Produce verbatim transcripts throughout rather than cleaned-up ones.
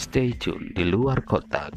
Stay tune di luar kotak.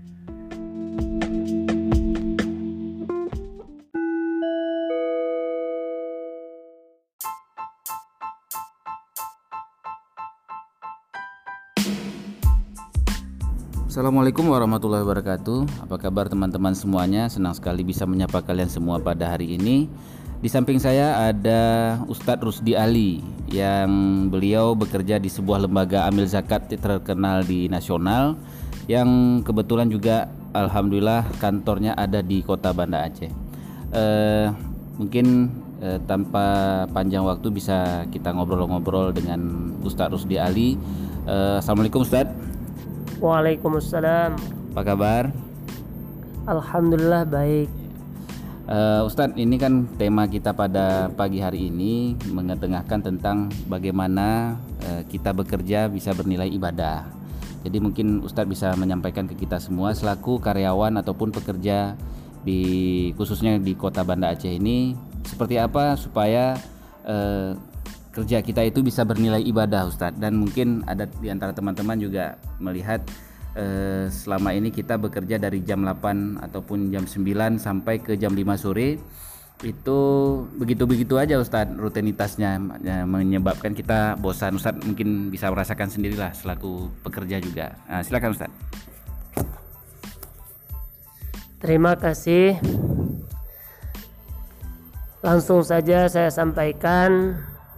Assalamualaikum warahmatullahi wabarakatuh. Apa kabar teman-teman semuanya? Senang sekali bisa menyapa kalian semua pada hari ini. Di samping saya ada Ustadz Rusdi Ali, yang beliau bekerja di sebuah lembaga amil zakat terkenal di nasional, yang kebetulan juga alhamdulillah kantornya ada di kota Banda Aceh. eh, Mungkin eh, tanpa panjang waktu bisa kita ngobrol-ngobrol dengan Ustadz Rusdi Ali. eh, Assalamualaikum Ustadz. Waalaikumsalam. Apa kabar? Alhamdulillah baik. Uh, Ustadz, ini kan tema kita pada pagi hari ini mengetengahkan tentang bagaimana uh, kita bekerja bisa bernilai ibadah. Jadi mungkin Ustadz bisa menyampaikan ke kita semua selaku karyawan ataupun pekerja di khususnya di kota Banda Aceh ini, seperti apa supaya uh, kerja kita itu bisa bernilai ibadah, Ustadz. Dan mungkin ada di antara teman-teman juga melihat eh, selama ini kita bekerja dari jam delapan ataupun jam sembilan sampai ke jam lima sore, itu begitu-begitu aja Ustadz rutinitasnya, ya, menyebabkan kita bosan. Ustadz mungkin bisa merasakan sendirilah selaku pekerja juga. Nah, silakan Ustadz. Terima kasih. Langsung saja saya sampaikan.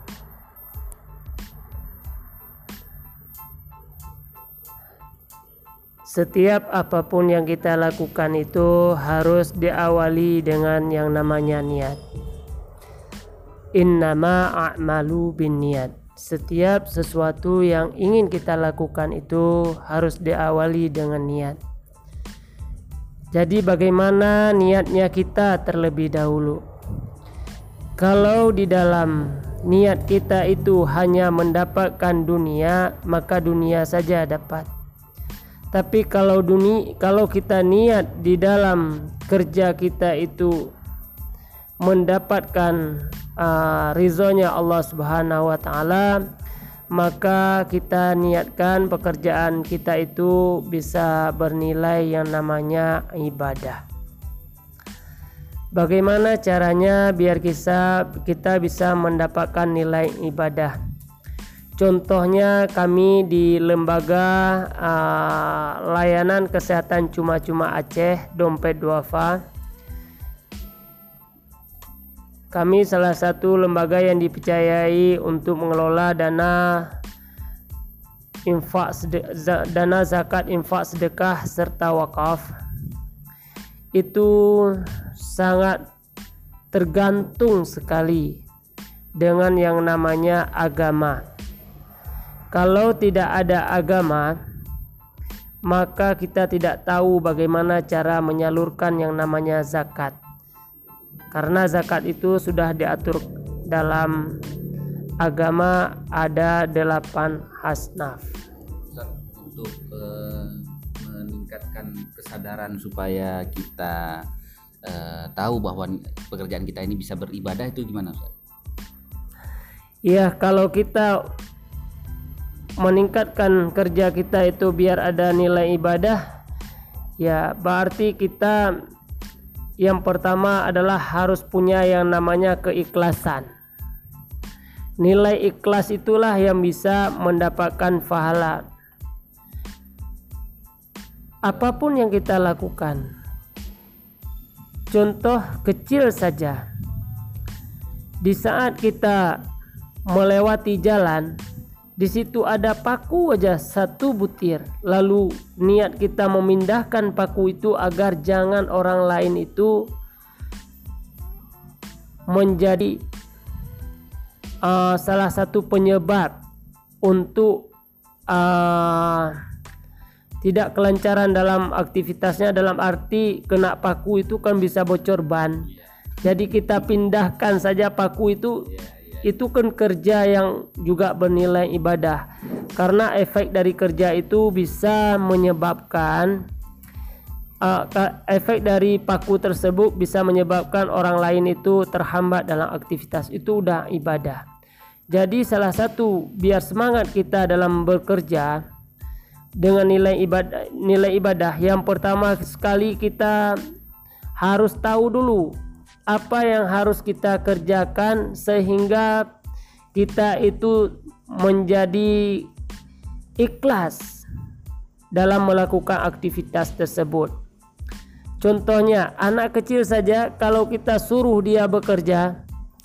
Setiap apapun yang kita lakukan itu harus diawali dengan yang namanya niat. Innama a'malu binniyat. Setiap sesuatu yang ingin kita lakukan itu harus diawali dengan niat. Jadi bagaimana niatnya kita terlebih dahulu? Kalau di dalam niat kita itu hanya mendapatkan dunia, maka dunia saja dapat. Tapi kalau dunia, kalau kita niat di dalam kerja kita itu mendapatkan uh, ridhonya Allah Subhanahu wa taala, maka kita niatkan pekerjaan kita itu bisa bernilai yang namanya ibadah. Bagaimana caranya biar kita kita bisa mendapatkan nilai ibadah? Contohnya kami di lembaga uh, layanan kesehatan cuma-cuma Aceh, Dompet Duafa. Kami salah satu lembaga yang dipercayai untuk mengelola dana infak dana zakat, infak sedekah serta wakaf. Itu sangat tergantung sekali dengan yang namanya agama. Kalau tidak ada agama, maka kita tidak tahu bagaimana cara menyalurkan yang namanya zakat. Karena zakat itu sudah diatur dalam agama, ada delapan asnaf. Untuk uh, meningkatkan kesadaran supaya kita uh, tahu bahwa pekerjaan kita ini bisa beribadah, itu gimana Ustaz? Ya, kalau kita meningkatkan kerja kita itu biar ada nilai ibadah, ya berarti kita yang pertama adalah harus punya yang namanya keikhlasan. Nilai ikhlas itulah yang bisa mendapatkan pahala. Apapun yang kita lakukan, contoh kecil saja, di saat kita melewati jalan, di situ ada paku aja satu butir, lalu niat kita memindahkan paku itu agar jangan orang lain itu menjadi uh, salah satu penyebab untuk uh, tidak kelancaran dalam aktivitasnya, dalam arti kena paku itu kan bisa bocor ban. Jadi kita pindahkan saja paku itu. Itu kan kerja yang juga bernilai ibadah, karena efek dari kerja itu bisa menyebabkan uh, efek dari paku tersebut bisa menyebabkan orang lain itu terhambat dalam aktivitas, itu udah ibadah. Jadi salah satu biar semangat kita dalam bekerja, dengan nilai ibadah nilai ibadah. Yang pertama sekali kita harus tahu dulu apa yang harus kita kerjakan sehingga kita itu menjadi ikhlas dalam melakukan aktivitas tersebut. Contohnya anak kecil saja, kalau kita suruh dia bekerja,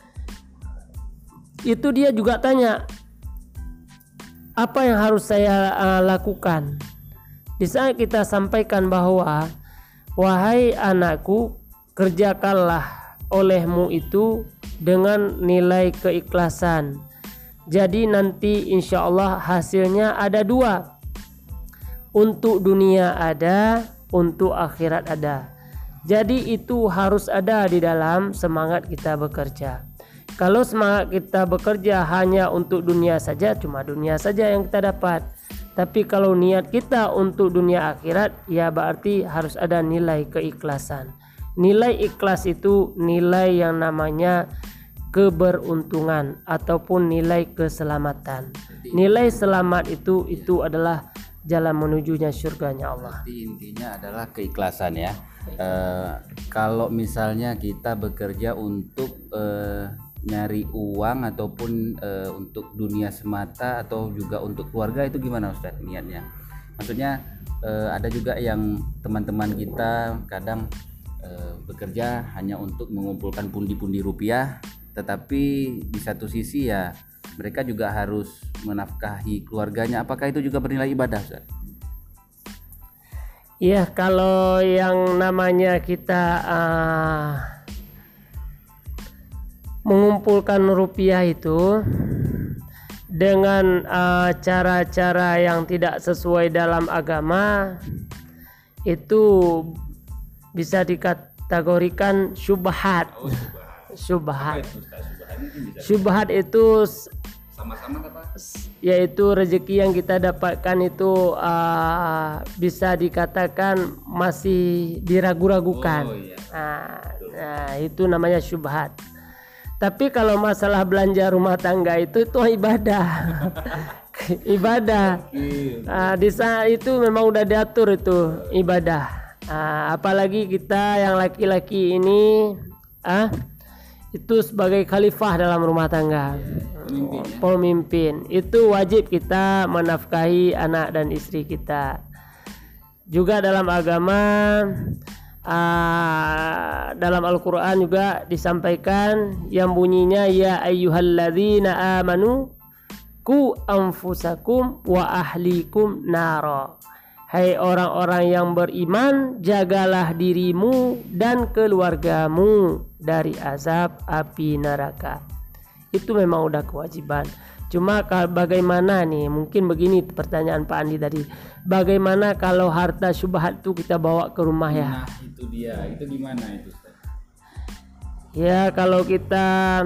itu dia juga tanya, apa yang harus saya uh, lakukan? Di saat kita sampaikan bahwa, wahai anakku, kerjakanlah olehmu itu dengan nilai keikhlasan. Jadi nanti insya Allah hasilnya ada dua. Untuk dunia ada, untuk akhirat ada. Jadi itu harus ada di dalam semangat kita bekerja. Kalau semangat kita bekerja hanya untuk dunia saja, cuma dunia saja yang kita dapat. Tapi kalau niat kita untuk dunia akhirat, ya berarti harus ada nilai keikhlasan. Nilai ikhlas itu nilai yang namanya keberuntungan ataupun nilai keselamatan. Nilai selamat itu itu adalah jalan menujunya surganya Allah. Jadi intinya adalah keikhlasan ya. E, kalau misalnya kita bekerja untuk e, nyari uang ataupun e, untuk dunia semata atau juga untuk keluarga, itu gimana Ustadz niatnya? Maksudnya e, ada juga yang teman-teman kita kadang e, bekerja hanya untuk mengumpulkan pundi-pundi rupiah, tetapi di satu sisi ya mereka juga harus menafkahi keluarganya. Apakah itu juga bernilai ibadah, Ustaz? Ya, kalau yang namanya kita uh, mengumpulkan rupiah itu dengan uh, cara-cara yang tidak sesuai dalam agama, itu bisa dikategorikan syubhat. Oh, syubhat. Syubhat. Syubhat itu sama-sama apa? Yaitu rezeki yang kita dapatkan itu uh, bisa dikatakan masih diragu-ragukan. Oh, iya. Nah, nah, itu namanya syubhat. Tapi kalau masalah belanja rumah tangga itu itu ibadah. Ibadah. Nah, di saat itu memang udah diatur itu ibadah. Nah, apalagi kita yang laki-laki ini ah itu sebagai khalifah dalam rumah tangga, pemimpin, ya? Pemimpin itu wajib kita menafkahi anak dan istri kita. Juga dalam agama, uh, dalam Al-Quran juga disampaikan yang bunyinya ya ayyuhalladzina amanu ku anfusakum wa ahlikum nara. Hai orang-orang yang beriman, jagalah dirimu dan keluargamu dari azab api neraka. Itu memang udah kewajiban. Cuma bagaimana nih? Mungkin begini pertanyaan Pak Andi tadi. Bagaimana kalau harta syubhat itu kita bawa ke rumah ya? Nah, itu dia. Itu gimana itu, Ustaz? Ya, kalau kita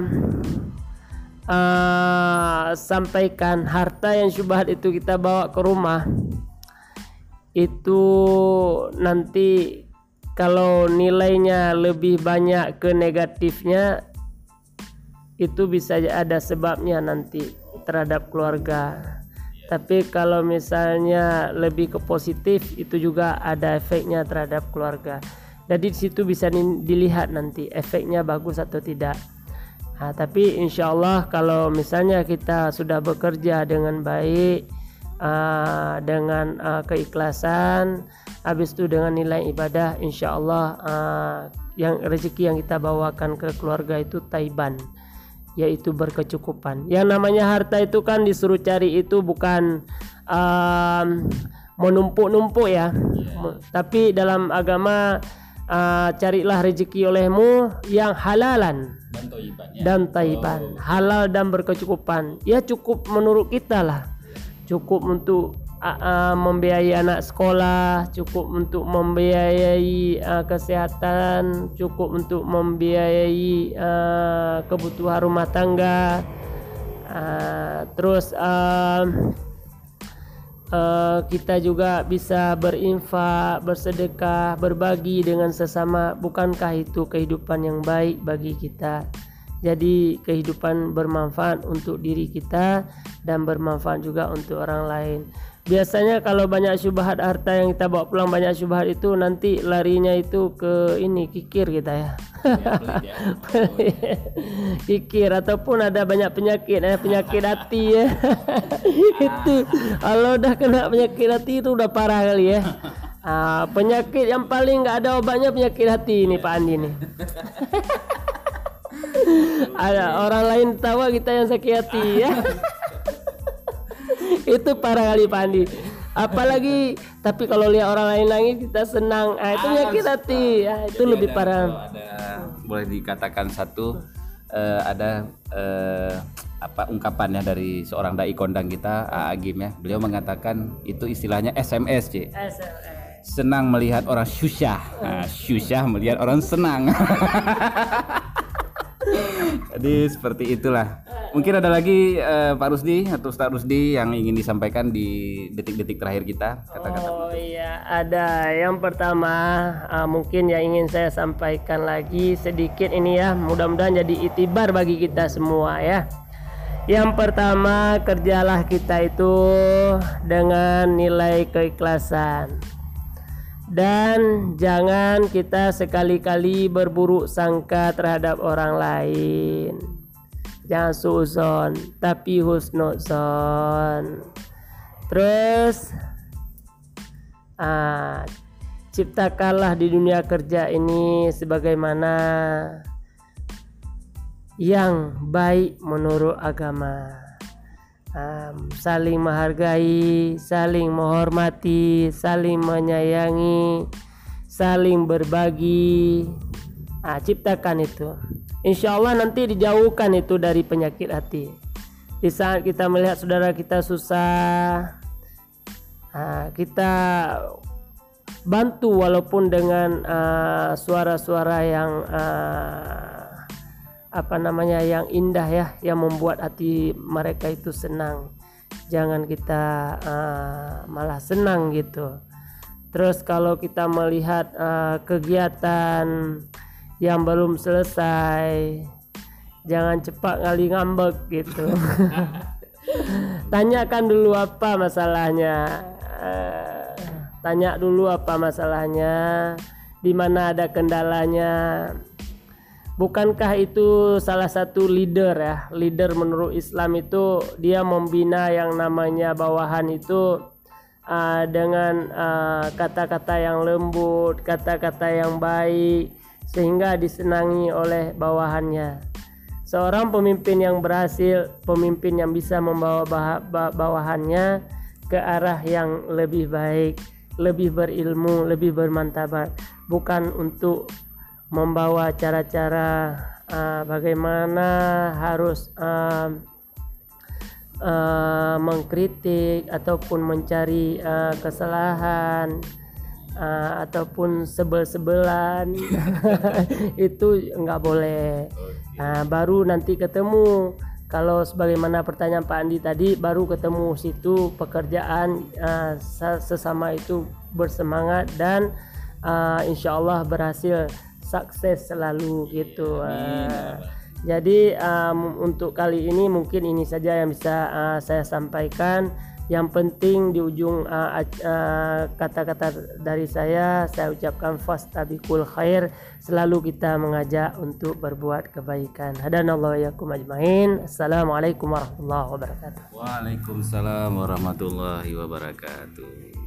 uh, sampaikan harta yang syubhat itu kita bawa ke rumah, itu nanti kalau nilainya lebih banyak ke negatifnya, itu bisa ada sebabnya nanti terhadap keluarga. Tapi kalau misalnya lebih ke positif, itu juga ada efeknya terhadap keluarga. Jadi di situ bisa dilihat nanti efeknya bagus atau tidak. Nah, tapi insya Allah kalau misalnya kita sudah bekerja dengan baik, Uh, dengan uh, keikhlasan, habis itu dengan nilai ibadah, insya Allah uh, yang rezeki yang kita bawakan ke keluarga itu taiban, yaitu berkecukupan. Yang namanya harta itu kan disuruh cari itu bukan uh, menumpuk-numpuk ya, yeah. Tapi dalam agama uh, carilah rezeki olehmu yang halalan dan taiban, ya? dan taiban. Oh. Halal dan berkecukupan. Ya cukup menurut kita lah. Cukup untuk uh, uh, membiayai anak sekolah, cukup untuk membiayai uh, kesehatan, cukup untuk membiayai uh, kebutuhan rumah tangga. Uh, terus uh, uh, kita juga bisa berinfak, bersedekah, berbagi dengan sesama. Bukankah itu kehidupan yang baik bagi kita? Jadi kehidupan bermanfaat untuk diri kita dan bermanfaat juga untuk orang lain. biasanya kalau banyak syubhat harta yang kita bawa pulang banyak syubhat itu nanti larinya itu ke ini kikir kita ya. Kikir ataupun ada banyak penyakit eh, penyakit hati ya. Itu kalau udah kena penyakit hati itu udah parah kali ya. Ah, penyakit yang paling nggak ada obatnya penyakit hati ini Pak Andi nih. Ada orang lain tawa kita yang sakit hati ya. Itu parah kali Pak Andi. Apalagi tapi kalau lihat orang lain nangis kita senang. Ah, itu penyakit hati. Ah, itu Jadi lebih ada, parah. Ada boleh dikatakan satu uh, ada uh, apa ungkapannya dari seorang dai kondang kita A Agim ya. Beliau mengatakan itu istilahnya S M S C. S M S. Senang melihat orang syusyah. Nah, syusyah melihat orang senang. Jadi seperti itulah. Mungkin ada lagi uh, Pak Rusdi atau Ustaz Rusdi yang ingin disampaikan di detik-detik terakhir kita kata-kata. Oh iya, ada. Yang pertama uh, mungkin yang ingin saya sampaikan lagi sedikit ini ya, mudah-mudahan jadi itibar bagi kita semua ya. Yang pertama, kerjalah kita itu dengan nilai keikhlasan. Dan jangan kita sekali-kali berburuk sangka terhadap orang lain. Jangan suuzon, tapi husnuzon. Terus ah, ciptakanlah di dunia kerja ini sebagaimana yang baik menurut agama. Um, saling menghargai, saling menghormati, saling menyayangi, saling berbagi. Nah, ciptakan itu. Insya Allah nanti dijauhkan itu dari penyakit hati. Di saat kita melihat saudara kita susah, nah, kita bantu walaupun dengan uh, suara-suara yang uh, apa namanya yang indah ya, yang membuat hati mereka itu senang. Jangan kita uh, malah senang gitu. Terus kalau kita melihat uh, kegiatan yang belum selesai, jangan cepat kali ngambek gitu. Tanyakan dulu apa masalahnya. Uh, tanya dulu apa masalahnya, di mana ada kendalanya. Bukankah itu salah satu leader ya? Leader menurut Islam itu dia membina yang namanya bawahan itu uh, dengan uh, kata-kata yang lembut, kata-kata yang baik, sehingga disenangi oleh bawahannya. Seorang pemimpin yang berhasil, pemimpin yang bisa membawa bawahannya ke arah yang lebih baik, lebih berilmu, lebih bermartabat, bukan untuk membawa cara-cara uh, bagaimana harus uh, uh, mengkritik ataupun mencari uh, kesalahan uh, ataupun sebel-sebelan. Itu enggak boleh. Uh, baru nanti ketemu. Kalau sebagaimana pertanyaan Pak Andi tadi, baru ketemu situ pekerjaan uh, sesama itu bersemangat dan uh, insya Allah berhasil sukses selalu gitu. Uh, jadi um, untuk kali ini mungkin ini saja yang bisa uh, saya sampaikan. Yang penting di ujung uh, uh, kata-kata dari saya, saya ucapkan fastabiqul khair. Selalu kita mengajak untuk berbuat kebaikan. Hadanallahu yakum ajmain. Assalamualaikum warahmatullahi wabarakatuh. Waalaikumsalam warahmatullahi wabarakatuh.